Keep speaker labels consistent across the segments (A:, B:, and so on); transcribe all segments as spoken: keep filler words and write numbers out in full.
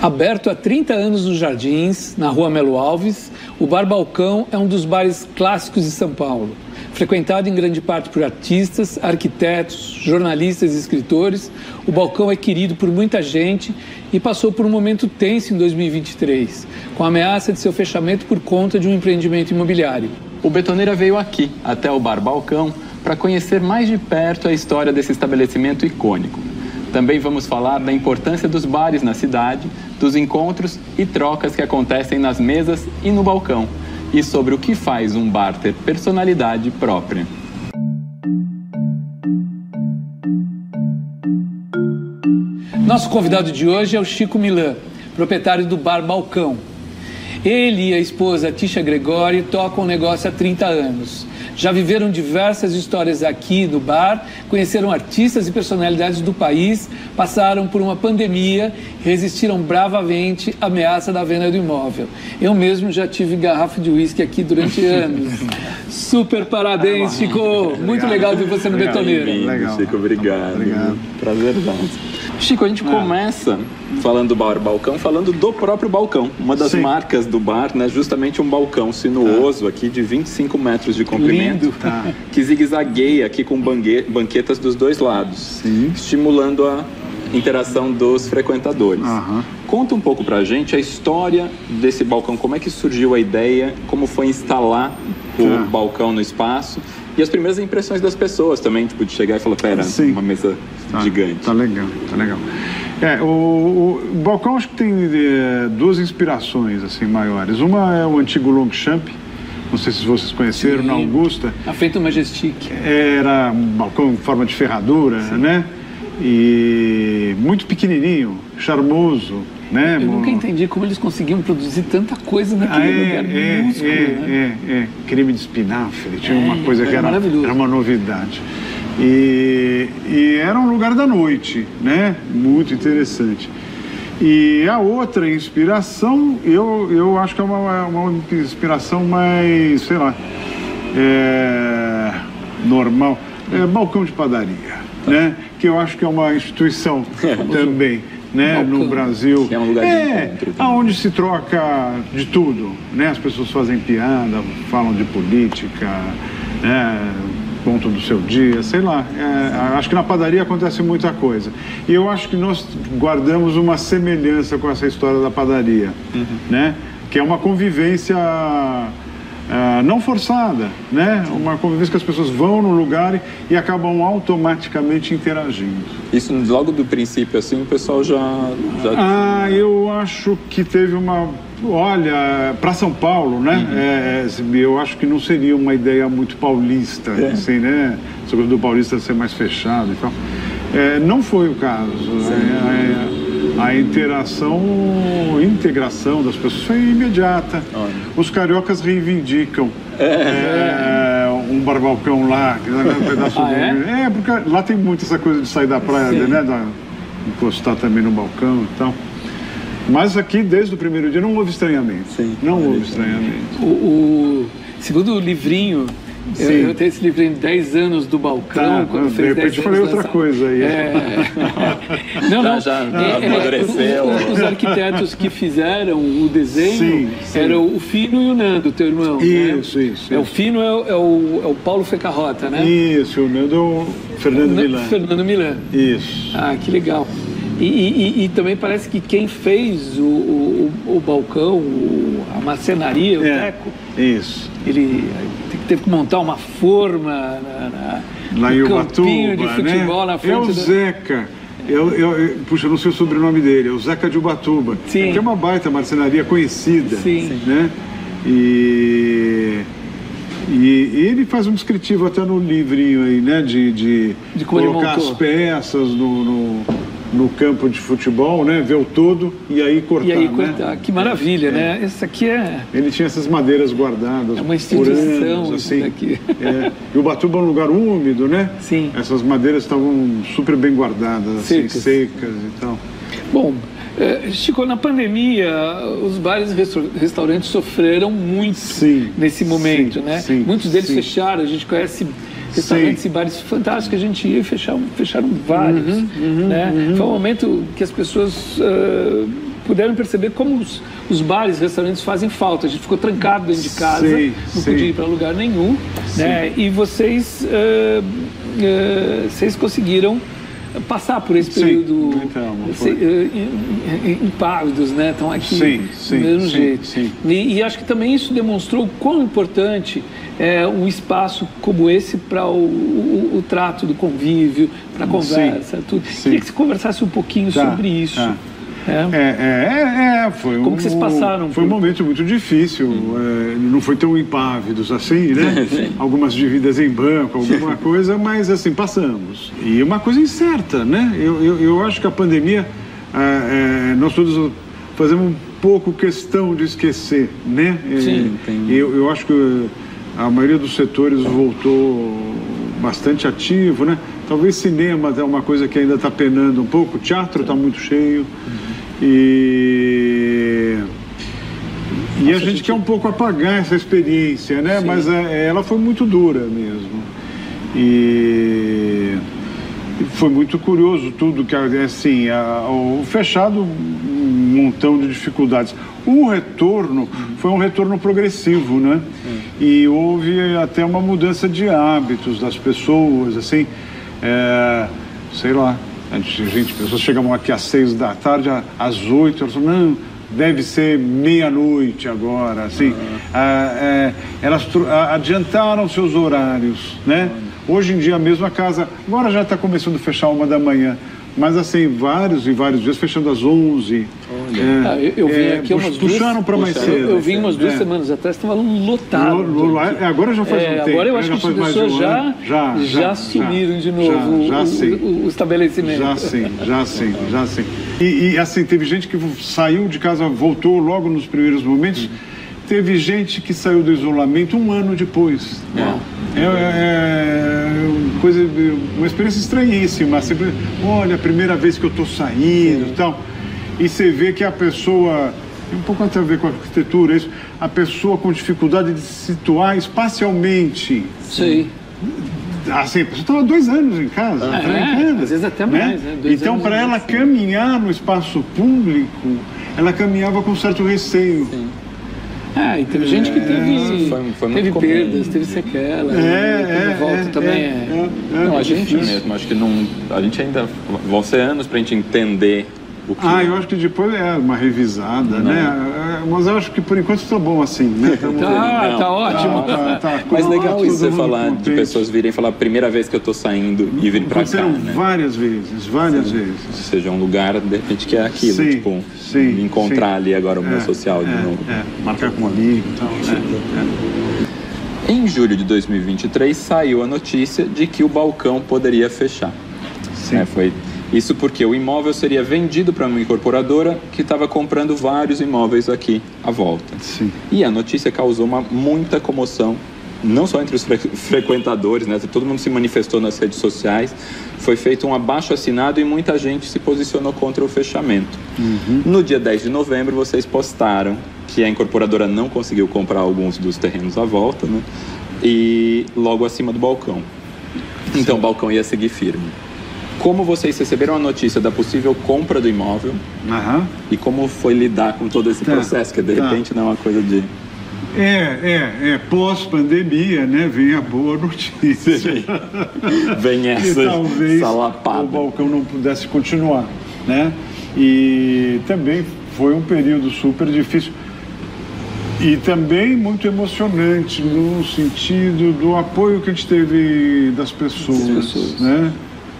A: Aberto há trinta anos nos Jardins, na rua Melo Alves, o Bar Balcão é um dos bares clássicos de São Paulo. Frequentado em grande parte por artistas, arquitetos, jornalistas e escritores, o Balcão é querido por muita gente e passou por um momento tenso em dois mil e vinte e três, com a ameaça de seu fechamento por conta de um empreendimento imobiliário.
B: O Betoneira veio aqui, até o Bar Balcão, para conhecer mais de perto a história desse estabelecimento icônico. Também vamos falar da importância dos bares na cidade, dos encontros e trocas que acontecem nas mesas e no balcão, e sobre o que faz um bar ter personalidade própria.
A: Nosso convidado de hoje é o Chico Milan, proprietário do Bar Balcão. Ele e a esposa Tisha Gregori tocam o negócio há trinta anos. Já viveram diversas histórias aqui no bar, conheceram artistas e personalidades do país, passaram por uma pandemia e resistiram bravamente à ameaça da venda do imóvel. Eu mesmo já tive garrafa de uísque aqui durante anos. Super parabéns, Chico! Muito legal ver você no Betoneira.
B: Legal. Chico, obrigado.
C: Obrigado.
B: Prazer nosso. Chico, a gente começa falando do Bar Balcão, falando do próprio balcão. Uma das Sim. marcas do bar, né, justamente um balcão sinuoso aqui de vinte e cinco metros de comprimento,
A: Lindo. Tá.
B: que zigue-zagueia aqui com bangue- banquetas dos dois lados,
C: Sim.
B: estimulando a interação dos frequentadores.
C: Aham.
B: Conta um pouco pra gente a história desse balcão, como é que surgiu a ideia, como foi instalar o
C: Tá.
B: balcão no espaço e as primeiras impressões das pessoas também, tipo, de chegar e falar, pera,
C: Sim.
B: uma mesa
C: Tá,
B: gigante.
C: Tá legal, tá legal. É, o, o, o balcão acho que tem é, duas inspirações assim maiores. Uma é o antigo Longchamp, não sei se vocês conheceram,
A: Sim.
C: na Augusta.
A: A feito Majestic.
C: Era um balcão em forma de ferradura, Sim. né? E muito pequenininho, charmoso, né?
A: Eu nunca entendi como eles conseguiam produzir tanta coisa naquele
C: Ah, é,
A: lugar
C: é,
A: minúsculo,
C: é,
A: né?
C: é, é, creme de espinafre, tinha
A: É,
C: uma coisa que
A: era
C: era,
A: maravilhoso.
C: era uma novidade. E, e era um lugar da noite, né? Muito interessante. E a outra inspiração, eu, eu acho que é uma, uma inspiração mais, sei lá, é, normal. É balcão de padaria, né? Que eu acho que é uma instituição também, né?
A: Balcão.
C: No Brasil.
B: Que é um lugar de
C: É,
B: encontro também.
C: aonde se troca de tudo, né? As pessoas fazem piada, falam de política, né? Ponto do seu dia, sei lá. É, acho que na padaria acontece muita coisa. E eu acho que nós guardamos uma semelhança com essa história da padaria, uhum. né? Que é uma convivência uh, não forçada, né? Uma convivência que as pessoas vão no lugar e, e acabam automaticamente interagindo.
B: Isso logo do princípio, assim, o pessoal já... já...
C: Ah, eu acho que teve uma... Olha, para São Paulo, né? Uhum. É, eu acho que não seria uma ideia muito paulista, é. assim, né? Essa coisa do paulista ser mais fechado e tal. É, não foi o caso. É, a, a interação, a integração das pessoas foi imediata. Olha. Os cariocas reivindicam é. É, um barbalcão lá, um pedaço
A: ah,
C: do...
A: é?
C: é, porque lá tem muito essa coisa de sair da praia, Sim. né? Da, encostar também no balcão e tal. Mas aqui, desde o primeiro dia, não houve estranhamento.
B: Sim,
C: não houve estranhamento.
A: O, o, segundo o livrinho, eu, eu tenho esse livrinho dez anos do balcão.
C: Tá, quando de fez repente eu falei outra coisa aí.
A: É... não, não.
B: Já, já
A: é,
B: amadureceu.
A: É, os, os arquitetos que fizeram o desenho sim, sim. eram o Fino e o Nando, teu irmão.
C: Isso,
A: né?
C: isso.
A: É, o Fino é, é, o, é o Paulo Fecarrota, né?
C: Isso, o Nando é o Fernando
A: o,
C: Milan.
A: Fernando Milan.
C: Isso.
A: Ah, que legal. E, e, e também parece que quem fez o, o, o balcão, o, a marcenaria, o
C: é,
A: teco,
C: isso.
A: ele teve que montar uma forma na, na,
C: lá
A: no
C: em
A: campinho
C: Ubatuba,
A: de futebol,
C: né?
A: na frente
C: é o
A: do...
C: Zeca. Eu, eu, eu, puxa, não sei o sobrenome dele, é o Zeca de Ubatuba.
A: Sim.
C: Que é uma baita marcenaria conhecida.
A: Sim.
C: Né? E... E, e ele faz um descritivo até no livrinho aí, né? De, de,
A: de colocar
C: as peças no, no, no campo de futebol, né? Ver o todo e aí cortar.
A: E aí
C: né?
A: cortar. Que maravilha, é. né? Isso aqui é...
C: Ele tinha essas madeiras guardadas.
A: É uma instituição,
C: anos, assim.
A: Daqui.
C: É. E o Ubatuba é um lugar úmido, né?
A: Sim.
C: Essas madeiras estavam super bem guardadas, assim, secas, secas e tal.
A: Bom... Chico, na pandemia, os bares e restaurantes sofreram muito
C: sim,
A: nesse momento,
C: sim,
A: né?
C: Sim,
A: Muitos deles
C: sim.
A: fecharam, a gente conhece restaurantes sim. e bares fantásticos que a gente ia e fecharam, fecharam vários,
C: uhum, uhum,
A: né?
C: Uhum.
A: Foi um momento que as pessoas uh, puderam perceber como os, os bares, restaurantes fazem falta. A gente ficou trancado dentro de casa,
C: sim,
A: não
C: sim.
A: podia ir para lugar nenhum, né? E vocês, uh, uh, vocês conseguiram passar por esse período.
C: Sim, então,
A: se, uh, impávidos, né? Estão aqui
C: sim, sim,
A: do mesmo
C: sim,
A: jeito.
C: Sim.
A: E, e acho que também isso demonstrou o quão importante é um espaço como esse para o, o, o trato do convívio, para a conversa,
C: sim,
A: tudo.
C: sim.
A: Queria que você conversasse um pouquinho tá, sobre isso.
C: Tá.
A: É.
C: É, é, é, foi
A: Como
C: um,
A: que vocês passaram?
C: Foi um momento muito difícil, hum. é, não foi tão impávidos assim, né? Algumas dívidas em banco, alguma coisa, mas assim, passamos. E uma coisa incerta, né? Eu, eu, eu acho que a pandemia, é, é, nós todos fazemos um pouco questão de esquecer, né?
A: Sim,
C: é, tem... eu, eu acho que a maioria dos setores voltou bastante ativo, né? Talvez cinema é uma coisa que ainda está penando um pouco, o teatro está muito cheio. Uhum. E, e Nossa, a gente, gente quer um pouco apagar essa experiência, né? Sim. Mas é, ela foi muito dura mesmo. E foi muito curioso tudo que, assim, a, o fechado, um montão de dificuldades. O retorno foi um retorno progressivo, né? Sim. E houve até uma mudança de hábitos das pessoas, assim, é, sei lá. A gente, gente, pessoas chegavam aqui às seis da tarde, às oito, elas falavam, não, deve ser meia-noite agora, assim. Ah, é, elas adiantaram seus horários, né? Hoje em dia mesmo a casa, agora já está começando a fechar uma da manhã, mas assim, vários e vários dias fechando às onze.
A: É, ah, eu, eu vim é, aqui umas
C: puxaram para mais cedo.
A: Eu, eu vim umas duas é. semanas atrás, estava lotado.
C: Lo, lo, agora já faz
A: é,
C: um tempo.
A: Agora eu acho que as pessoas já,
C: já, já,
A: já sumiram de novo
C: já, já,
A: o, o, o estabelecimento.
C: Já sim, já sim, já sim. E, e assim, teve gente que saiu de casa, voltou logo nos primeiros momentos. Uhum. Teve gente que saiu do isolamento um ano depois. É, é, é coisa, uma experiência estranhíssima. Sempre, olha, a primeira vez que eu estou saindo e tal. E você vê que a pessoa, tem um pouco até a ver com a arquitetura, isso, a pessoa com dificuldade de se situar espacialmente.
A: Sim.
C: Assim, a pessoa estava dois anos em casa,
A: ah, trancada, é, às vezes até mais, né?
C: né? Então, para ela caminhar no espaço público, ela caminhava com certo receio.
A: Sim. Ah, e teve gente que teve, foi, foi teve perdas, teve sequelas,
C: é,
A: teve
C: é,
A: volta
C: é,
A: também.
C: É,
A: é,
B: é, não, a gente mesmo, acho que não, a gente ainda, vão ser anos para a gente entender o que...
C: Ah, eu acho que depois é uma revisada, não. né? Mas eu acho que por enquanto está bom assim, né?
A: Tá, não, tá ótimo. Tá, tá,
B: tá, Mas legal ótimo, isso você falar contente. De pessoas virem falar a primeira vez que eu estou saindo e vir para cá, né?
C: várias vezes, várias
B: sim.
C: vezes.
B: Ou seja, um lugar, de repente, que é aquilo,
C: sim,
B: tipo,
C: sim,
B: me encontrar
C: sim.
B: ali agora o meu
C: é,
B: social de
C: é,
B: novo.
C: É, marcar com um amigo e tal. É, é.
B: Em julho de dois mil e vinte e três, saiu a notícia de que o balcão poderia fechar.
C: Sim.
B: É, foi... Isso porque o imóvel seria vendido para uma incorporadora que estava comprando vários imóveis aqui à volta.
C: Sim.
B: E a notícia causou uma, muita comoção, não só entre os fre frequentadores, né? Todo mundo se manifestou nas redes sociais, foi feito um abaixo-assinado e muita gente se posicionou contra o fechamento.
C: Uhum.
B: No dia dez de novembro, vocês postaram que a incorporadora não conseguiu comprar alguns dos terrenos à volta, né? E logo acima do balcão. Então, Sim. o balcão ia seguir firme. Como vocês receberam a notícia da possível compra do imóvel
C: uhum.
B: e como foi lidar com todo esse tá, processo, que de tá. repente não é uma coisa de...
C: É, é, é, pós-pandemia, né, vem a boa notícia.
B: Vem essa
C: e talvez
B: salapada.
C: O balcão não pudesse continuar, né? E também foi um período super difícil e também muito emocionante no sentido do apoio que a gente teve das pessoas, pessoas. né?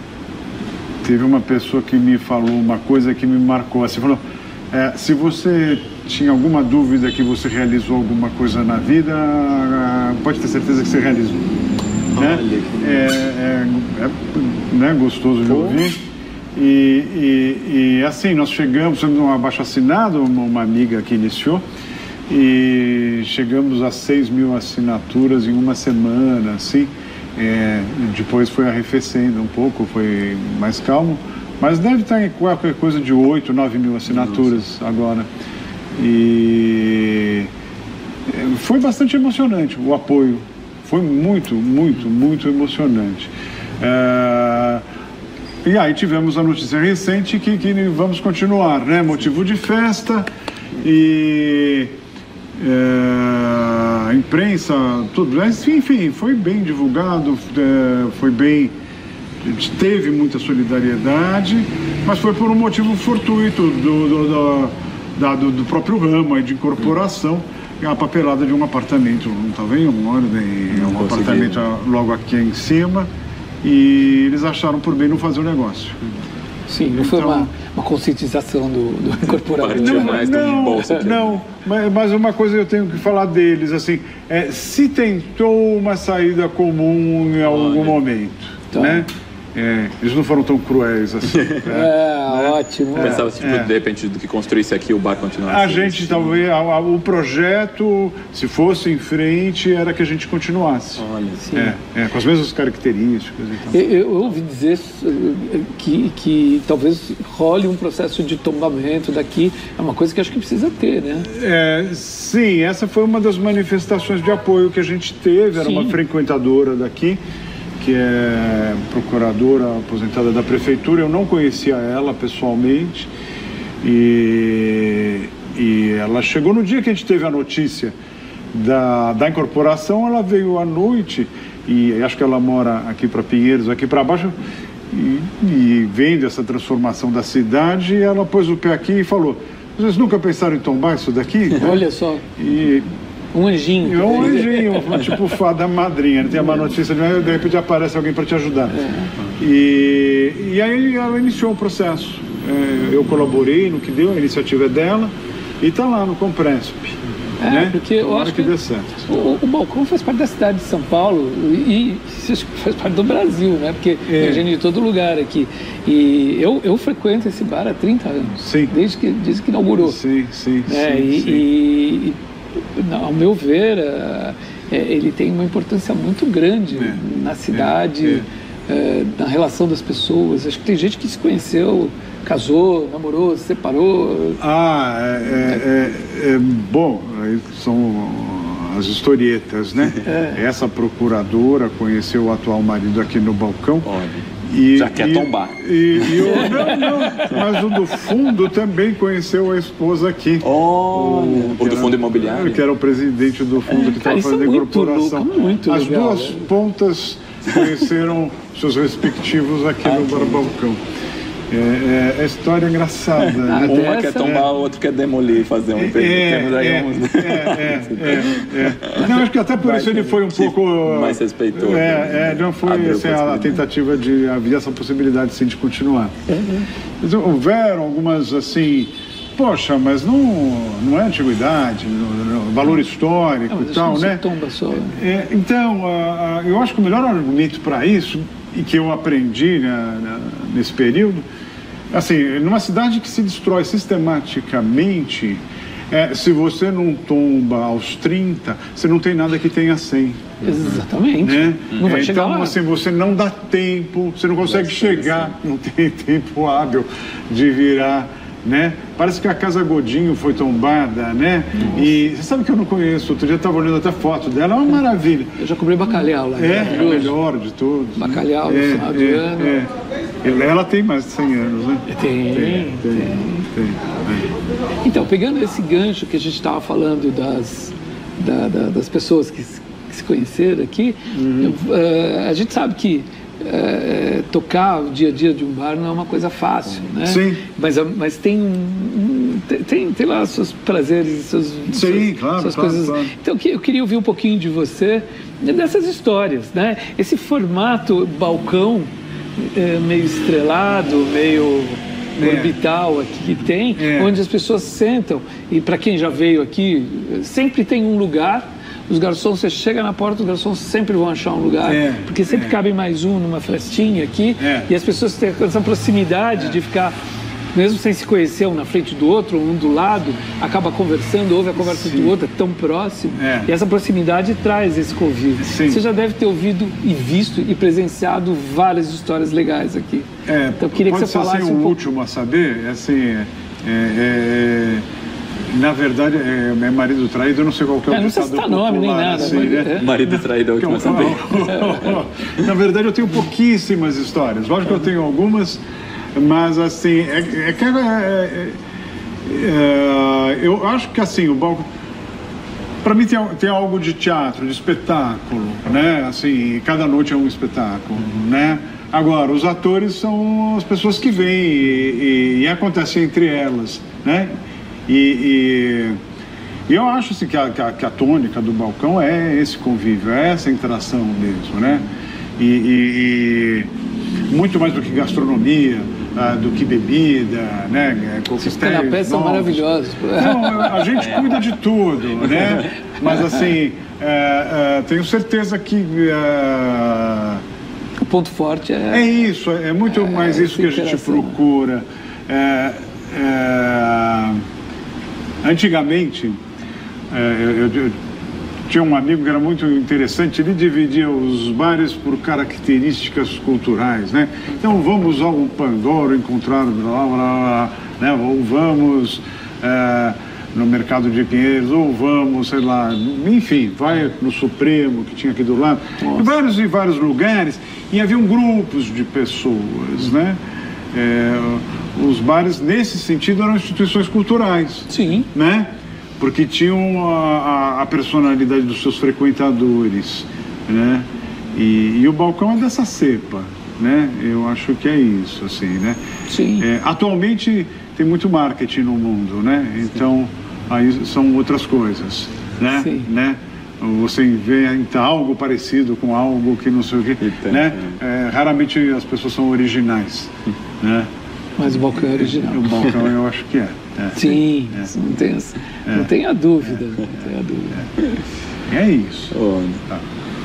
C: Teve uma pessoa que me falou uma coisa que me marcou, assim, falou, é, se você tinha alguma dúvida que você realizou alguma coisa na vida, pode ter certeza que você realizou. Né? É, é, é né, gostoso de ouvir. E, e, e assim, nós chegamos, um abaixo-assinado, uma amiga que iniciou, e chegamos a seis mil assinaturas em uma semana, assim. É, depois foi arrefecendo um pouco, foi mais calmo, mas deve estar em qualquer coisa de oito, nove mil assinaturas Nossa. agora. E foi bastante emocionante o apoio, foi muito, muito, muito emocionante. É, E aí tivemos a notícia recente que, que vamos continuar, né? Motivo de festa e é, a imprensa, tudo. Enfim, foi bem divulgado, é, foi bem... Teve muita solidariedade, mas foi por um motivo fortuito do, do, do, da, do, do próprio ramo de incorporação. A papelada de um apartamento, não estava em ordem, é um apartamento logo aqui em cima. E eles acharam por bem não fazer o negócio.
A: Sim, não foi então, uma, uma conscientização do, do incorporador.
C: Não, mais não, bolso não mas, mas uma coisa eu tenho que falar deles, assim, é, se tentou uma saída comum em algum Olha. momento, então, né? É, eles não foram tão cruéis assim.
A: É, é ótimo.
B: Eu pensava, tipo, é. de repente, do que construísse aqui, o bar continuasse.
C: A gente, talvez, a, a, o projeto, se fosse em frente, era que a gente continuasse.
B: Olha, sim.
C: É, é, com as mesmas características. Então.
A: Eu, eu ouvi dizer que, que talvez role um processo de tombamento daqui. É uma coisa que acho que precisa ter, né?
C: É, sim, essa foi uma das manifestações de apoio que a gente teve. Era sim. uma frequentadora daqui, que é procuradora aposentada da prefeitura. Eu não conhecia ela pessoalmente e, e ela chegou no dia que a gente teve a notícia da, da incorporação. Ela veio à noite e acho que ela mora aqui para Pinheiros, aqui para baixo, e, e vendo essa transformação da cidade, ela pôs o pé aqui e falou: vocês nunca pensaram em tombar isso daqui?
A: Olha só.
C: E
A: um anjinho.
C: É um anjinho, tipo fada madrinha. Tem uma notícia, de repente aparece alguém para te ajudar. É. E, e aí ela iniciou o processo. É, eu colaborei no que deu, a iniciativa é dela, e está lá no Compresp.
A: É,
C: né?
A: porque eu acho que, que dê certo. O, o balcão faz parte da cidade de São Paulo e, e faz parte do Brasil, né? Porque é. tem gente de todo lugar aqui. E eu, eu frequento esse bar há trinta anos.
C: Sim.
A: Desde que, desde que inaugurou.
C: Sim, sim,
A: é,
C: sim,
A: e,
C: sim.
A: E, ao meu ver, é, ele tem uma importância muito grande é, na cidade, é, é. É, na relação das pessoas. Acho que tem gente que se conheceu, casou, namorou, se separou.
C: Ah, é, é, é, é bom, aí são as historietas, né? É. Essa procuradora conheceu o atual marido aqui no balcão.
B: Olha.
C: E,
B: Já quer
C: e,
B: tombar.
C: E, e eu, não, não, mas o do fundo também conheceu a esposa aqui.
B: Oh, o, o do fundo imobiliário?
C: Que era o presidente do fundo é, que estava fazendo a incorporação.
A: Muito, muito
C: As
A: legal,
C: duas
A: né?
C: pontas conheceram seus respectivos aqui ah, no Bar Balcão. É, é, é história engraçada.
B: Né? Uma quer tombar, o outro quer demolir, fazer um
C: é,
B: Temos aí
C: é,
B: uns...
C: é, é, é, é. Não, acho que até por isso ele foi um pouco
B: mais respeitoso.
C: É, é, não foi assim, a, a tentativa de havia essa possibilidade sim de continuar.
A: Uhum.
C: Mas houveram algumas assim, poxa, mas não, não é antiguidade, não, não, valor histórico
A: não,
C: e tal, né?
A: Tomba só.
C: É, então, a, a, eu acho que o melhor argumento para isso, e que eu aprendi né, nesse período, assim, numa cidade que se destrói sistematicamente, é, se você não tomba aos trinta, você não tem nada que tenha cem.
A: Exatamente.
C: Né?
A: Não vai
C: é,
A: chegar
C: então,
A: lá.
C: assim, você não dá tempo, você não consegue chegar, não tem tempo hábil de virar. Né? Parece que a Casa Godinho foi tombada, né? Nossa. E você sabe que eu não conheço, outro dia eu estava olhando até foto dela, é uma maravilha.
A: Eu já comi bacalhau lá.
C: É, é o melhor de todos.
A: Bacalhau no
C: é,
A: final de
C: é,
A: ano.
C: É. Ela tem mais de cem anos, né?
A: Tem, tem. tem, tem. tem. Então, pegando esse gancho que a gente estava falando das, da, da, das pessoas que, que se conheceram aqui, uhum. eu, uh, a gente sabe que É, tocar o dia a dia de um bar não é uma coisa fácil, né?
C: Sim.
A: Mas, mas tem, um, tem, tem lá seus prazeres, seus,
C: Sim,
A: suas,
C: claro,
A: suas
C: claro,
A: coisas.
C: Claro.
A: Então eu queria ouvir um pouquinho de você dessas histórias, né? Esse formato balcão é, meio estrelado, meio é. orbital aqui que tem, é. onde as pessoas sentam e para quem já veio aqui sempre tem um lugar. Os garçons, você chega na porta, os garçons sempre vão achar um lugar,
C: é,
A: porque sempre
C: é.
A: cabe mais um numa festinha aqui,
C: é.
A: e as pessoas têm essa proximidade é. de ficar, mesmo sem se conhecer um na frente do outro, um do lado, acaba conversando, ouve a conversa Sim. do outro, é tão próximo,
C: é.
A: e essa proximidade traz esse convívio.
C: Sim.
A: Você já deve ter ouvido e visto e presenciado várias histórias legais aqui.
C: É,
A: então eu queria
C: pode
A: que você
C: ser
A: falasse
C: assim,
A: um
C: o
A: pouco...
C: último a saber, assim, é, é, Na verdade, é, é marido traído, eu não sei qual que é o
A: é, não sei se tá nome nem nada.
C: Assim, né?
B: É. Marido traído é o último a saber.
C: Na verdade, eu tenho pouquíssimas histórias. Lógico que eu tenho algumas, mas assim, é, é que é, é, é, eu acho que assim, o balcão, para mim tem, tem algo de teatro, de espetáculo, né? Assim, cada noite é um espetáculo, né? Agora, os atores são as pessoas que vêm e, e, e acontece entre elas, né? E, e, e eu acho assim, que, a, que, a, que a tônica do balcão é esse convívio, é essa interação mesmo, né? E, e, e muito mais do que gastronomia, ah, do que bebida, né?
A: Os canapés são maravilhosos.
C: Não, a gente cuida de tudo, né? Mas assim, é, é, tenho certeza que... É,
A: o ponto forte é...
C: É isso, é muito é, mais isso que a gente procura. É, é, antigamente, é, eu, eu, eu tinha um amigo que era muito interessante, ele dividia os bares por características culturais, né? Então, vamos ao Pandoro encontrar blá, blá, blá, né? Ou vamos é, no Mercado de Pinheiros, ou vamos, sei lá, enfim, vai no Supremo, que tinha aqui do lado, em vários e vários lugares, e haviam grupos de pessoas, né? É, os bares, nesse sentido, eram instituições culturais.
A: Sim.
C: Né? Porque tinham a, a, a personalidade dos seus frequentadores, né? E, e o balcão é dessa cepa, né? Eu acho que é isso, assim, né?
A: Sim.
C: É, atualmente tem muito marketing no mundo, né? Então, aí são outras coisas, né?
A: Sim.
C: Né? Você inventa algo parecido com algo que não sei o quê, né? É, raramente as pessoas são originais, né?
A: Mas o balcão é original.
C: O balcão eu acho que é. é.
A: Sim,
C: é.
A: Não, tem,
C: é.
A: não tenha dúvida. Não tenha dúvida.
C: É, é isso.
B: Oh, tá.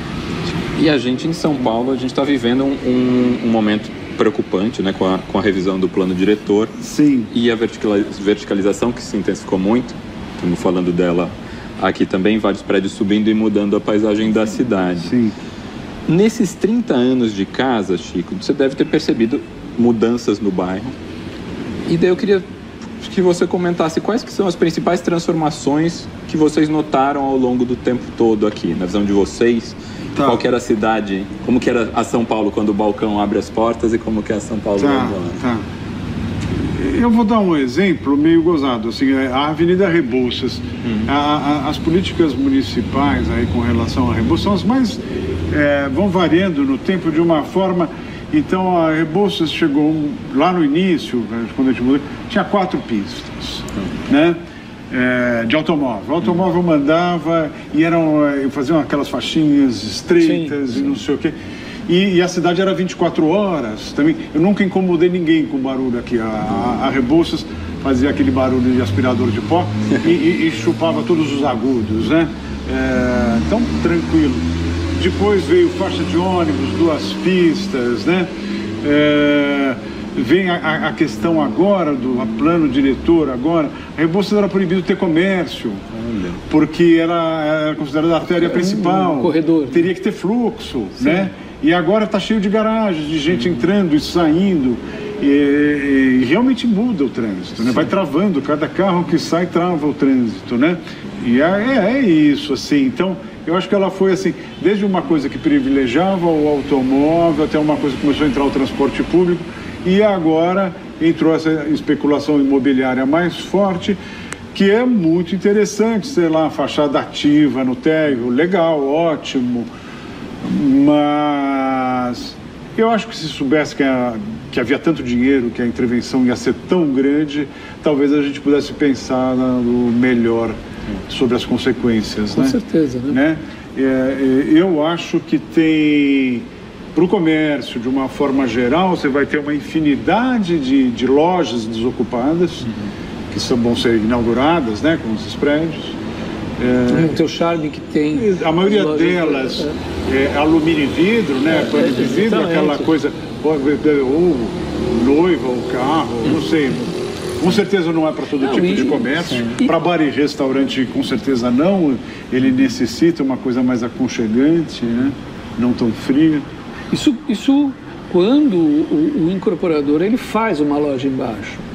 B: E a gente em São Paulo, a gente está vivendo um, um, um momento preocupante, né, com a, com a revisão do plano diretor.
C: Sim.
B: E a verticalização que se intensificou muito. Estamos falando dela aqui também, vários prédios subindo e mudando a paisagem da cidade.
C: Sim.
B: Nesses trinta anos de casa, Chico, você deve ter percebido mudanças no bairro. E daí eu queria que você comentasse quais que são as principais transformações que vocês notaram ao longo do tempo todo aqui, na visão de vocês. Tá. Qual que era a cidade, como que era a São Paulo quando o balcão abre as portas e como que é a São Paulo
C: tá,
B: agora.
C: Tá. Eu vou dar um exemplo meio gozado, assim, a Avenida Rebouças, uhum. a, a, as políticas municipais aí com relação a Rebouças são as mais, é, vão variando no tempo de uma forma. Então a Rebouças chegou lá no início, quando a gente mudou, tinha quatro pistas, uhum. né? É, de automóvel. O automóvel uhum. mandava e eram, faziam aquelas faixinhas estreitas sim, e não sei o quê. E, e a cidade era vinte e quatro horas também. Eu nunca incomodei ninguém com barulho aqui. A, a, a Rebouças fazia aquele barulho de aspirador de pó e, e, e chupava todos os agudos, né? É, então, tranquilo. Depois veio faixa de ônibus, duas pistas, né? É, vem a, a questão agora do plano diretor agora. A Rebouças era proibido ter comércio, porque era, era considerada a artéria principal.
A: Um corredor.
C: Teria que ter fluxo, sim. né? E agora está cheio de garagens, de gente entrando e saindo. E, e realmente muda o trânsito, né? Vai travando, cada carro que sai trava o trânsito, né? E é, é isso, assim. Então, eu acho que ela foi assim, desde uma coisa que privilegiava o automóvel, até uma coisa que começou a entrar o transporte público, e agora entrou essa especulação imobiliária mais forte, que é muito interessante, sei lá, fachada ativa no térreo, legal, ótimo. Mas eu acho que se soubesse que, a, que havia tanto dinheiro, que a intervenção ia ser tão grande, talvez a gente pudesse pensar no melhor sobre as consequências.
A: Com
C: né?
A: certeza, né?
C: né? É, eu acho que tem, para o comércio, de uma forma geral, você vai ter uma infinidade de, de lojas desocupadas, uhum. que são, vão ser inauguradas, né, com esses prédios.
A: É, o teu charme que tem.
C: A maioria delas é, é alumínio e vidro, né? É, pano de vidro, aquela coisa, ou noiva, ou carro, não sei. Com certeza não é para todo não, tipo e, de comércio. Para bar e restaurante, com certeza não. Ele necessita uma coisa mais aconchegante, né? Não tão fria.
A: Isso, isso quando o, o incorporador ele faz uma loja embaixo.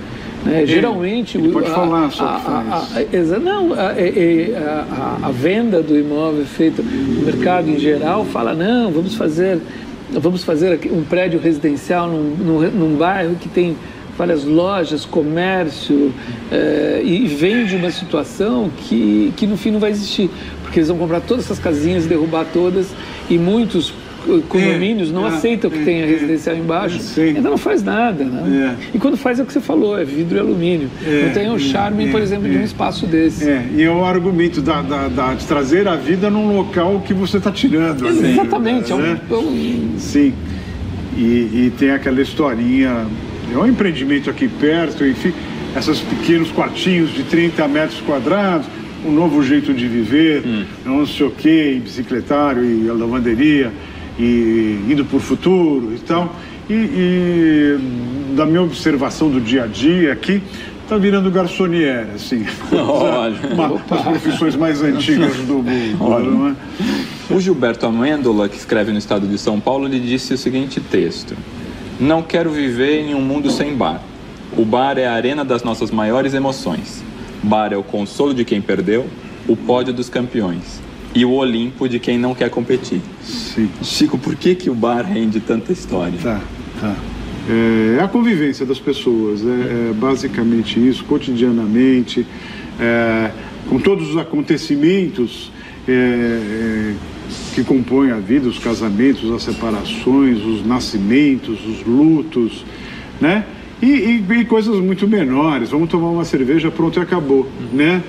A: Né? É, Geralmente...
C: Ele pode
A: a,
C: falar sobre
A: a, a, a, Não, a, a, a venda do imóvel feita no mercado em geral fala, não, vamos fazer, vamos fazer um prédio residencial num, num, num bairro que tem várias lojas, comércio, é, e vem de uma situação que, que no fim não vai existir, porque eles vão comprar todas essas casinhas, derrubar todas, e muitos condomínios é, não é, aceitam que é, tenha residencial embaixo, é, então não faz nada, né? É. E quando faz é o que você falou, é vidro e alumínio. É, não tem o charme, é, por exemplo, é, de um espaço desse.
C: É, e é o argumento da, da, da, de trazer a vida num local que você está tirando.
A: Exatamente.
C: Né?
A: É um...
C: Sim. E, e tem aquela historinha, é um empreendimento aqui perto, enfim, esses pequenos quartinhos de trinta metros quadrados, um novo jeito de viver, hum. não sei o quê, bicicletário e a lavanderia, e indo por futuro e tal. E, e da minha observação do dia a dia aqui, está virando garçoniere, assim.
B: Olha.
C: Uma das profissões mais antigas do mundo. Não é?
B: O Gilberto Amêndola, que escreve no Estado de São Paulo, ele disse o seguinte texto: não quero viver em um mundo sem bar. O bar é a arena das nossas maiores emoções. Bar é o consolo de quem perdeu, o pódio dos campeões e o Olimpo de quem não quer competir.
C: Sim.
B: Chico, por que, que o bar rende tanta história?
C: Tá, tá. É a convivência das pessoas, é, é basicamente isso, cotidianamente, é, com todos os acontecimentos é, é, que compõem a vida, os casamentos, as separações, os nascimentos, os lutos, né? E, e, e coisas muito menores, vamos tomar uma cerveja, pronto e acabou, uhum. né?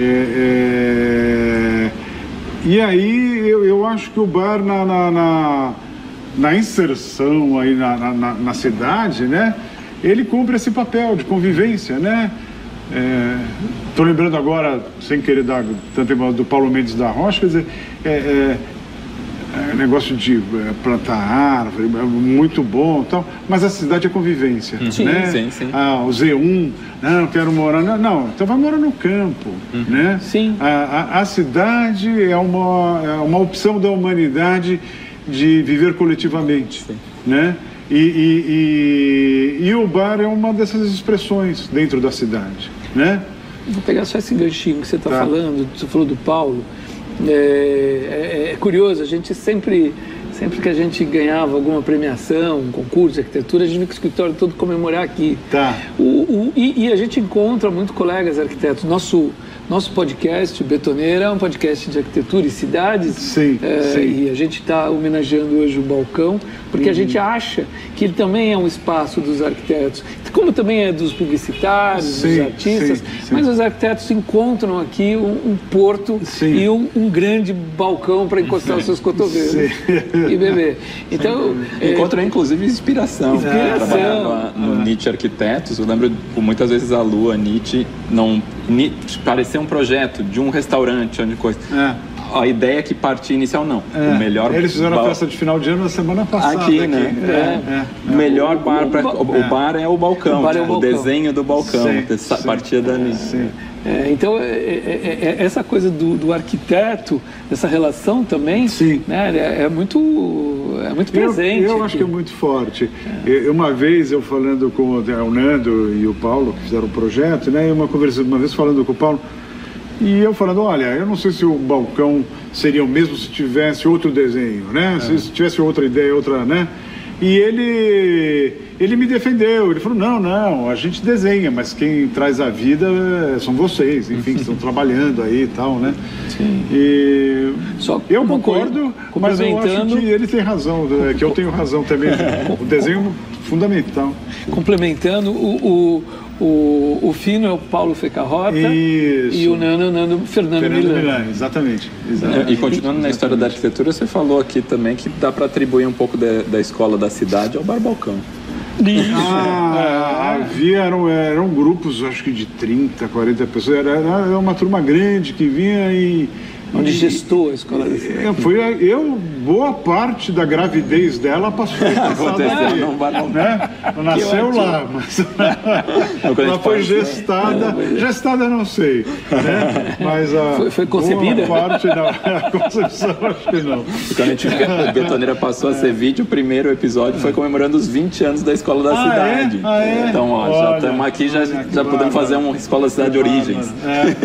C: É, é... E aí eu, eu acho que o bar na, na, na, na inserção aí na, na, na cidade, né? Ele cumpre esse papel de convivência, né? Estou é, lembrando agora, sem querer dar tanto do Paulo Mendes da Rocha, quer dizer, é, é, é negócio de é, plantar árvore, é muito bom e tal, mas a cidade é convivência,
B: sim,
C: né?
B: Sim, sim.
C: Ah, o Z um, não, quero morar, não, não, então vai morar no campo, uhum. né?
A: Sim.
C: A, a, a cidade é uma, é uma opção da humanidade de viver coletivamente, sim. né? E, e, e, e o bar é uma dessas expressões dentro da cidade, né?
A: Vou pegar só esse ganchinho que você está tá. falando, você falou do Paulo. É, é, é curioso, a gente sempre, sempre que a gente ganhava alguma premiação, um concurso de arquitetura, a gente vinha com o escritório todo comemorar aqui.
C: Tá.
A: O, o, e, e a gente encontra muitos colegas arquitetos. Nosso, nosso podcast, o Betoneira, é um podcast de arquitetura e cidades.
C: Sim,
A: é,
C: sim.
A: E a gente está homenageando hoje o Balcão, porque uhum. a gente acha que ele também é um espaço dos arquitetos, como também é dos publicitários, sim, dos artistas, sim, sim. mas os arquitetos encontram aqui um, um porto sim. e um, um grande balcão para encostar os seus cotovelos sim. e beber. Então,
B: é, encontram inclusive inspiração.
A: Inspiração.
B: Eu trabalhava no ah. Nietzsche Arquitetos, eu lembro muitas vezes a Lua Nietzsche não parecia um projeto de um restaurante, onde coisa. É. A ideia que partia inicial, não.
C: É,
B: o melhor
C: eles fizeram
B: ba...
C: a festa de final de ano na semana passada.
B: Aqui,
C: aqui.
B: né?
C: É,
B: é.
C: É,
B: o
C: é.
B: melhor bar para o, o bar é o balcão, o, bar é o,
C: né?
B: balcão. O desenho do balcão,
C: sim, sim,
B: partia dali.
C: Sim.
A: É, então, é, é, é, essa coisa do, do arquiteto, essa relação também,
C: sim.
A: né, é, é, muito, é muito presente.
C: Eu, eu acho que é muito forte. É. Uma vez eu falando com o Nando e o Paulo, que fizeram o projeto, né, uma conversa uma vez falando com o Paulo, e eu falando, olha, eu não sei se o balcão seria o mesmo se tivesse outro desenho, né? É. Se tivesse outra ideia, outra, né? E ele, ele me defendeu, ele falou, não, não, a gente desenha, mas quem traz a vida são vocês, enfim, que estão trabalhando aí e tal, né?
A: Sim.
C: E
A: Só
C: eu concordo, mas eu acho que ele tem razão, que eu tenho razão também. O desenho é fundamental.
A: Complementando, o... o... O, o Fino é o Paulo Fecarrota e o Nano, o Nano Fernando,
C: Fernando
A: Milan.
C: Milan. Exatamente, exatamente.
B: E continuando na história da arquitetura, você falou aqui também que dá para atribuir um pouco de, da escola da cidade ao Bar Balcão.
A: Isso.
C: Ah, é. Havia, eram, eram grupos, acho que de trinta, quarenta pessoas, era, era uma turma grande que vinha e...
A: Onde gestou a escola da cidade.
C: Foi, eu boa parte da gravidez dela passou passada
B: no Bar Balcão.
C: Né? Não nasceu lá, mas ela foi gestada, gestada não sei, né? Mas a
A: foi, foi concebida?
C: Boa parte, não, a concepção acho que não.
B: Quando a gente a Betoneira passou a ser vídeo, o primeiro episódio foi comemorando os vinte anos da Escola da
C: ah,
B: Cidade.
C: É? Ah, é?
B: Então, ó, olha, já estamos aqui, já, já podemos fazer uma Escola da Cidade Origens.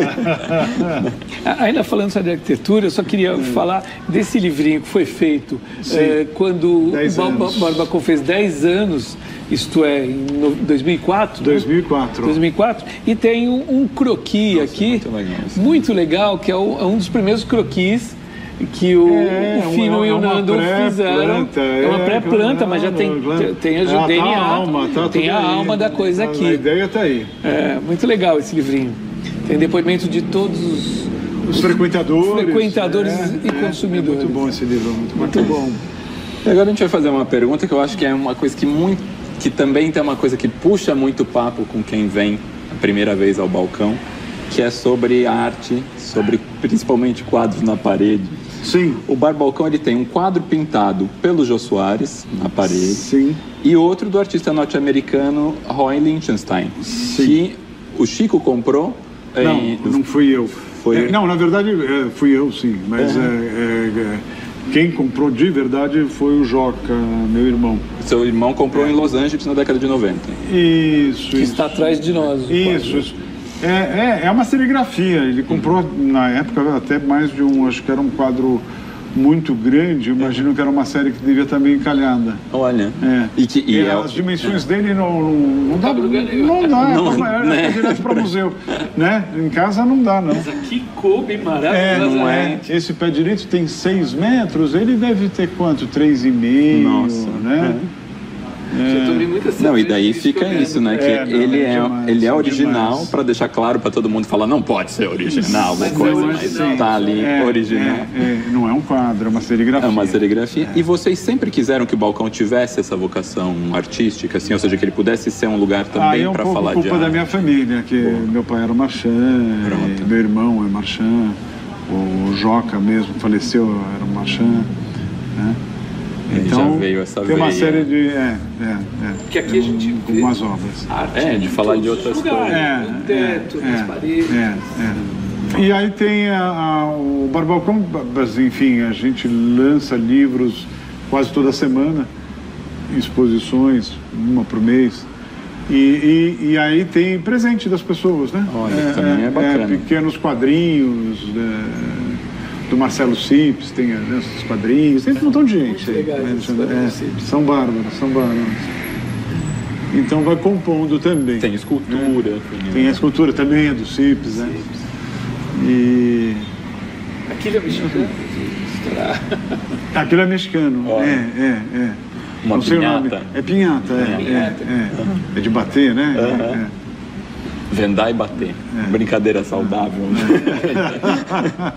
A: É. Ainda falando sobre arquitetura, eu só queria hum. falar desse livrinho que foi feito é, quando o Barbacão fez dez anos, isto é, em dois mil e quatro.
C: dois mil e quatro.
A: dois mil e quatro. E tem um, um croquis Nossa, aqui, muito legal, muito legal, que é, o, é um dos primeiros croquis que o,
C: é,
A: o Fino e o Nando fizeram. É uma pré-planta, é, mas já tem, tem a
C: ah,
A: D N A,
C: tá a alma, tá
A: tem a
C: aí,
A: alma da coisa aqui.
C: A ideia está aí.
A: É, muito legal esse livrinho. Tem depoimento de todos os,
C: os frequentadores,
A: frequentadores
C: é,
A: e consumidores.
C: É muito bom esse livro, muito,
A: muito bom.
B: E agora a gente vai fazer uma pergunta que eu acho que é uma coisa que, muito, que também tem uma coisa que puxa muito papo com quem vem a primeira vez ao balcão, que é sobre arte, sobre principalmente quadros na parede.
C: Sim.
B: O Bar Balcão ele tem um quadro pintado pelo Jô Soares na parede.
C: Sim.
B: E outro do artista norte-americano Roy Lichtenstein.
C: Sim.
B: Que o Chico comprou.
C: Não,
B: em...
C: não fui eu.
B: Foi...
C: É, não, na verdade é, fui eu sim, mas uhum. é, é, quem comprou de verdade foi o Joca, meu irmão.
B: Seu irmão comprou é. em Los Angeles na década de noventa.
C: Isso,
A: que
C: isso.
A: está atrás de nós.
C: Isso, isso. É, é, é uma serigrafia. Ele comprou, uhum. na época, até mais de um, acho que era um quadro muito grande. Eu imagino que era uma série que devia estar meio encalhada.
B: Olha.
C: É.
B: E que, e
C: e
B: é...
C: as dimensões dele não, não, não dá. Não dá, não, é maior, né? É direto para museu. Né? Em casa não dá, não.
A: Mas aqui coube maravilhoso.
C: É, não é. Esse pé direito tem seis metros, ele deve ter quanto? Três e meio,
B: Nossa.
C: Né?
B: É. É. Não, e daí fica isso, né? Que é, não, ele é, demais, ele é original, para deixar claro para todo mundo falar, não pode ser original, uma coisa, mas tá ali
C: é,
B: original.
C: É, é, não é um quadro, é uma serigrafia.
B: É uma serigrafia. É. E vocês sempre quiseram que o balcão tivesse essa vocação artística, assim, ou seja, que ele pudesse ser um lugar também
C: ah, é um
B: para
C: pouco
B: falar
C: culpa
B: de arte.
C: da minha família, que Pô. meu pai era marchand, meu irmão é marchand, o Joca mesmo faleceu, era um marchand, né? Então,
B: já veio essa
C: tem uma
B: veia.
C: série de... É, é, é.
A: Que aqui a gente
C: vê algumas obras.
B: Arte, é, de falar de outras
A: lugares,
B: coisas.
C: É,
A: no teto,
C: é,
A: nas
C: é,
A: paredes.
C: É, é. E aí tem a, a, o Bar Balcão, enfim, a gente lança livros quase toda semana, exposições, uma por mês. E, e, e aí tem presente das pessoas, né?
B: Olha,
C: é,
B: também é, é bacana.
C: É, pequenos quadrinhos... É, do Marcelo Cips, tem esses quadrinhos, tem um montão de gente aí.
A: Legais,
C: né? é, são bárbaros, são bárbaros. Então vai compondo também.
B: Tem escultura.
C: Né? Tem a escultura também, é do Cips, né? E...
A: Aquilo é mexicano?
C: Aquilo é mexicano,
B: oh.
C: é, é, é.
B: Uma
C: Não sei
B: pinhata.
C: o nome. É pinhata, é, é, é, é. É de bater, né?
B: Uh-huh.
C: É, é.
B: Vendar e bater. É. Brincadeira saudável.
C: É.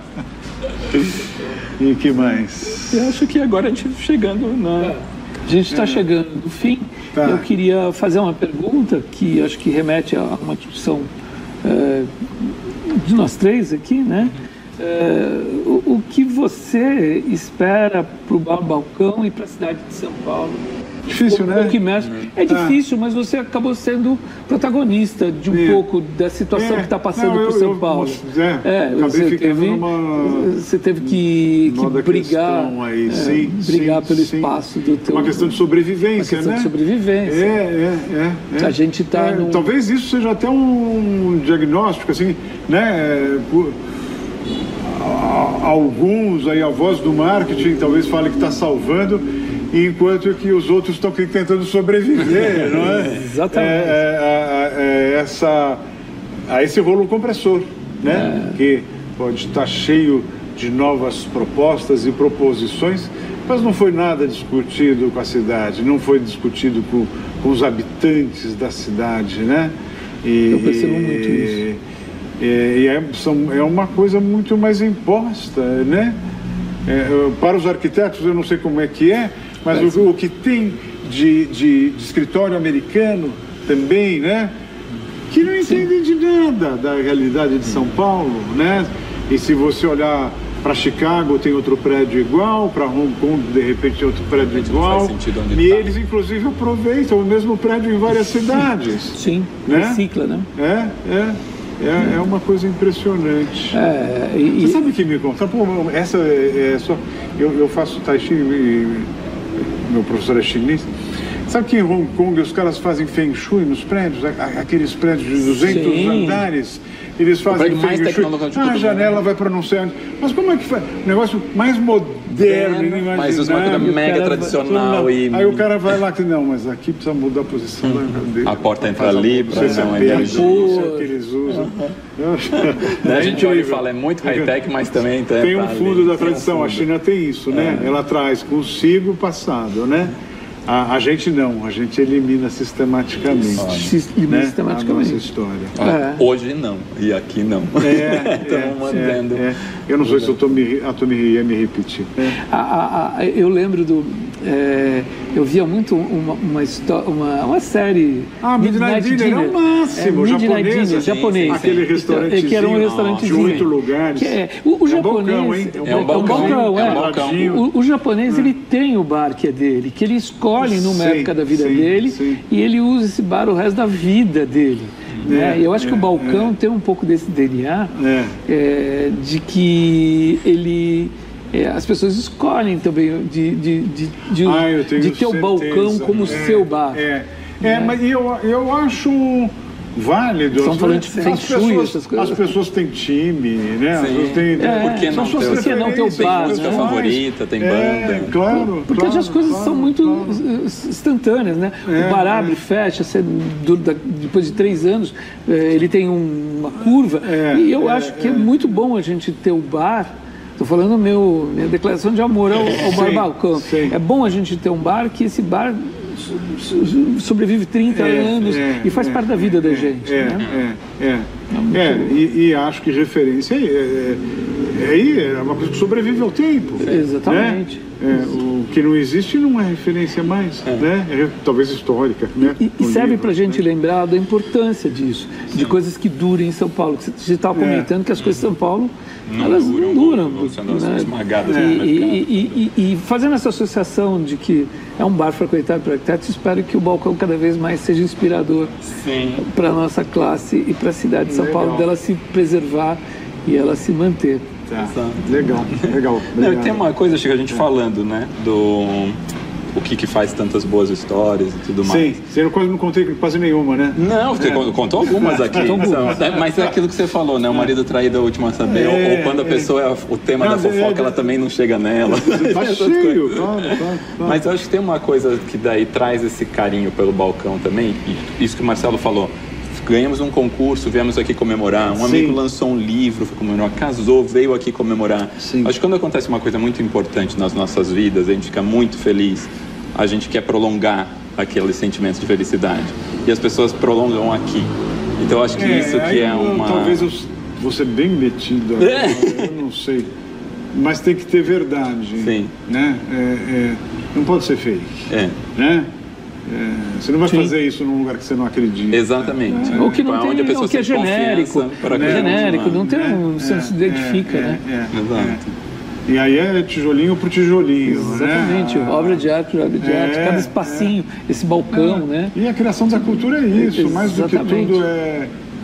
C: E o que mais?
B: Eu acho que agora a gente chegando na...
A: A gente está é. chegando no fim. Tá. Eu queria fazer uma pergunta que acho que remete a uma discussão é, de nós três aqui, né? É, o, o que você espera para o Bar Balcão e para a cidade de São Paulo?
C: Difícil,
A: um,
C: né?
A: Um que mexe. É difícil, ah. mas você acabou sendo protagonista de um é. pouco da situação é. que está passando não, eu, por São eu, Paulo.
C: Eu, é,
A: é, você teve, numa... você teve que, que brigar,
C: aí.
A: É,
C: sim,
A: brigar
C: sim,
A: pelo
C: sim.
A: espaço do teu...
C: Uma questão de sobrevivência,
A: uma questão
C: né?
A: de sobrevivência.
C: É, é, é. é.
A: A gente está...
C: É,
A: num...
C: Talvez isso seja até um diagnóstico, assim, né? Por... Alguns aí, a voz do marketing talvez fale que está salvando, enquanto que os outros estão tentando sobreviver, não é?
A: Exatamente.
C: É, é, é, é essa, a esse rolo compressor, né? É. Que pode estar cheio de novas propostas e proposições, mas não foi nada discutido com a cidade, não foi discutido com, com os habitantes da cidade, né?
A: E, Eu percebo muito isso.
C: E é, são, é uma coisa muito mais imposta, né? É, para os arquitetos, eu não sei como é que é, mas o, o que tem de, de, de escritório americano também, né? Que não entendem de nada da realidade de São Paulo, né? E se você olhar para Chicago tem outro prédio igual, para Hong Kong de repente tem outro prédio igual. E tá. Eles inclusive aproveitam o mesmo prédio em várias cidades.
A: Sim, né? Recicla, né?
C: É, é. É, é uma coisa impressionante.
A: É, e,
C: Você sabe que me conta? Pô, essa é, é só. Eu, eu faço Tai Chi, e, meu professor é chinês. Sabe que em Hong Kong os caras fazem Feng Shui nos prédios? Aqueles prédios de duzentos Sim. andares. Eles fazem Feng Shui. Ah, a janela vai pronunciar. Mas como é que faz? Um negócio mais moderno, inimaginável.
B: Mas os uma coisa mega tradicional.
C: Vai...
B: E...
C: Aí o cara vai lá que não, mas aqui precisa mudar a posição
B: hum. da A porta entra ali,
C: para não é que eles usam.
B: Uhum. A gente olha e fala, é muito high-tech, mas também tem.
C: Tem um fundo da tradição. A China tem isso, né? Ela traz consigo o passado, né? A, a gente não, a gente elimina sistematicamente,
A: elimina né? sistematicamente.
C: A nossa história.
B: Ah, é. Hoje não, e aqui não.
C: É,
B: Estamos
C: é,
B: mantendo.
C: É, é. Eu não sei se eu tô me, a tô me, ia me repetir. É.
A: A, a, a, eu lembro do... É, eu via muito uma, uma, uma, uma série...
C: Ah, Midnight, Midnight Dinner, Dinner é o máximo, é,
A: Midnight
C: japonês,
A: Dinner, japonês.
C: Aquele restaurantezinho,
A: que era um restaurantezinho.
C: De oito lugares.
A: Que é, o, o
C: é
A: japonês...
C: Um balcão, hein?
B: É um balcão,
A: é um balcão, é.
B: É um balcão.
A: O, o japonês, hum. ele tem o bar que é dele, que ele escolhe numa sim, época da vida
C: sim,
A: dele
C: sim.
A: e ele usa esse bar o resto da vida dele. É, né? E eu acho é, que o balcão é. tem um pouco desse D N A é. É, de que ele... É, as pessoas escolhem também de, de, de, de,
C: ah,
A: de ter certeza. o balcão como é, seu bar.
C: É, é, é. mas eu, eu acho válido.
A: Estão falando de Feng Shui,
C: essas coisas. As pessoas têm time, né? As pessoas têm,
B: é, por que não,
A: ter, por que não ter o bar?
B: Tem música
A: né?
B: favorita, tem banda.
C: É, claro.
A: Porque
C: claro,
A: as coisas
C: claro,
A: são muito
C: claro.
A: instantâneas, né?
C: É,
A: o bar abre e
C: é.
A: fecha, você, depois de três anos, ele tem uma curva.
C: É,
A: e eu
C: é,
A: acho que é.
C: é
A: muito bom a gente ter o bar. Estou falando meu, minha declaração de amor ao, ao bar
C: sim,
A: balcão.
C: Sim.
A: É bom a gente ter um bar que esse bar sobrevive trinta
C: é,
A: anos
C: é,
A: e faz
C: é,
A: parte da vida
C: é,
A: da gente.
C: É,
A: né?
C: é, é. é, é e, e acho que referência é, é, é, é uma coisa que sobrevive ao tempo.
A: Exatamente.
C: Né? É, o que não existe não é referência mais, é. Né? É, talvez histórica. Né?
A: E, e serve para a gente
C: né?
A: lembrar da importância disso, Sim. de coisas que durem em São Paulo. Você estava comentando é. que as coisas em São Paulo
B: não
A: elas
B: duram,
A: não duram.
B: Vão sendo
A: né?
B: esmagadas
A: e,
B: no
A: e, e, e, e fazendo essa associação de que é um bar frequentado por arquitetos, espero que o balcão cada vez mais seja inspirador para a nossa classe e para a cidade de São
C: Legal.
A: Paulo, dela se preservar e ela se manter.
C: Tá. Legal, legal.
B: Não, tem uma coisa, Chico, a gente é. falando, né, do o que que faz tantas boas histórias e tudo mais.
C: Sim, você não, não contei quase nenhuma, né?
B: Não, você é. contou algumas aqui. Mas é aquilo que você falou, né, o marido traído é o último a saber, é, ou quando a pessoa é o tema não, da fofoca, é, ela também não chega nela.
C: Tá cheio, claro, claro, claro.
B: Mas eu acho que tem uma coisa que daí traz esse carinho pelo balcão também, e isso que o Marcelo falou. Ganhamos um concurso, viemos aqui comemorar. Um Sim. amigo lançou um livro, foi comemorar, casou, veio aqui comemorar. Sim. Acho que quando acontece uma coisa muito importante nas nossas vidas, a gente fica muito feliz, a gente quer prolongar aqueles sentimentos de felicidade. E as pessoas prolongam aqui. Então acho que é, isso que é uma...
C: Talvez eu vou ser bem metido, é. eu não sei. Mas tem que ter verdade.
B: Sim.
C: Né? É, é, não pode ser fake.
B: É.
C: Né? É, você não vai Sim. fazer isso num lugar que você não acredita.
B: Exatamente.
A: É. Ou que não tem,
B: onde a pessoa
A: ou que é genérico.
B: Para
A: é genérico, não tem um,
C: é,
A: você não se identifica,
C: é,
A: né?
C: É, é,
B: Exato.
C: É. E aí é tijolinho por tijolinho.
A: Exatamente,
C: né?
A: obra de arte por obra de
C: é,
A: arte, cada espacinho, é. esse balcão, é. né?
C: E a criação da cultura é isso,
A: Exatamente.
C: mais do que tudo é...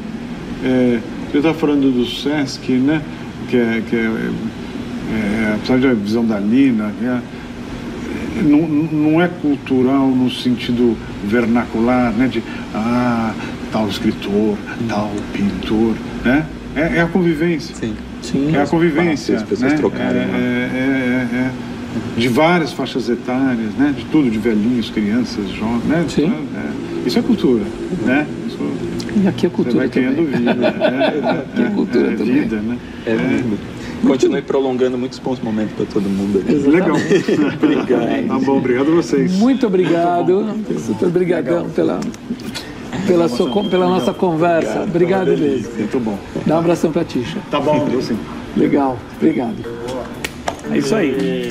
C: é você está falando do Sesc, né? Que é, que é, é apesar da visão da Lina, é, Não, não é cultural no sentido vernacular, né? De, ah, tal escritor, tal pintor, né? É, é a convivência.
B: Sim.
C: Sim. É a convivência.
B: As pessoas
C: né?
B: trocarem.
C: É, é, é, é, de várias faixas etárias, né? De tudo, de velhinhos, crianças, jovens, né?
A: Sim.
C: É, isso é cultura, né? Isso,
A: e aqui é cultura
C: você vai criando
A: também.
C: vida. Né?
A: Aqui é cultura
C: é, é
A: também.
C: vida, né?
B: É vida. Continue prolongando muitos bons momentos para todo mundo aqui.
C: Legal.
B: Obrigado.
C: Tá bom, obrigado a vocês.
A: Muito obrigado. Muito Super obrigadão pela, pela, sua, pela nossa conversa. Obrigado, obrigado mesmo.
C: Muito bom.
A: Dá um abração para a Tisha.
C: Tá bom, eu sim.
A: Legal, obrigado. É isso aí.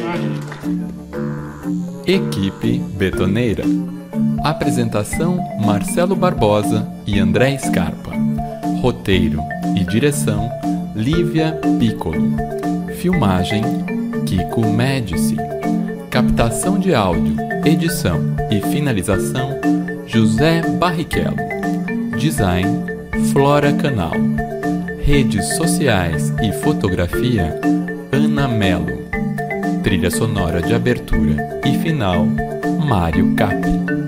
D: Equipe Betoneira. Apresentação: Marcelo Barbosa e André Scarpa. Roteiro e direção: Lívia Piccolo. Filmagem, Kiko Médici. Captação de áudio, edição e finalização, José Barrichello. Design, Flora Canal. Redes sociais e fotografia, Ana Melo. Trilha sonora de abertura e final, Mário Capri.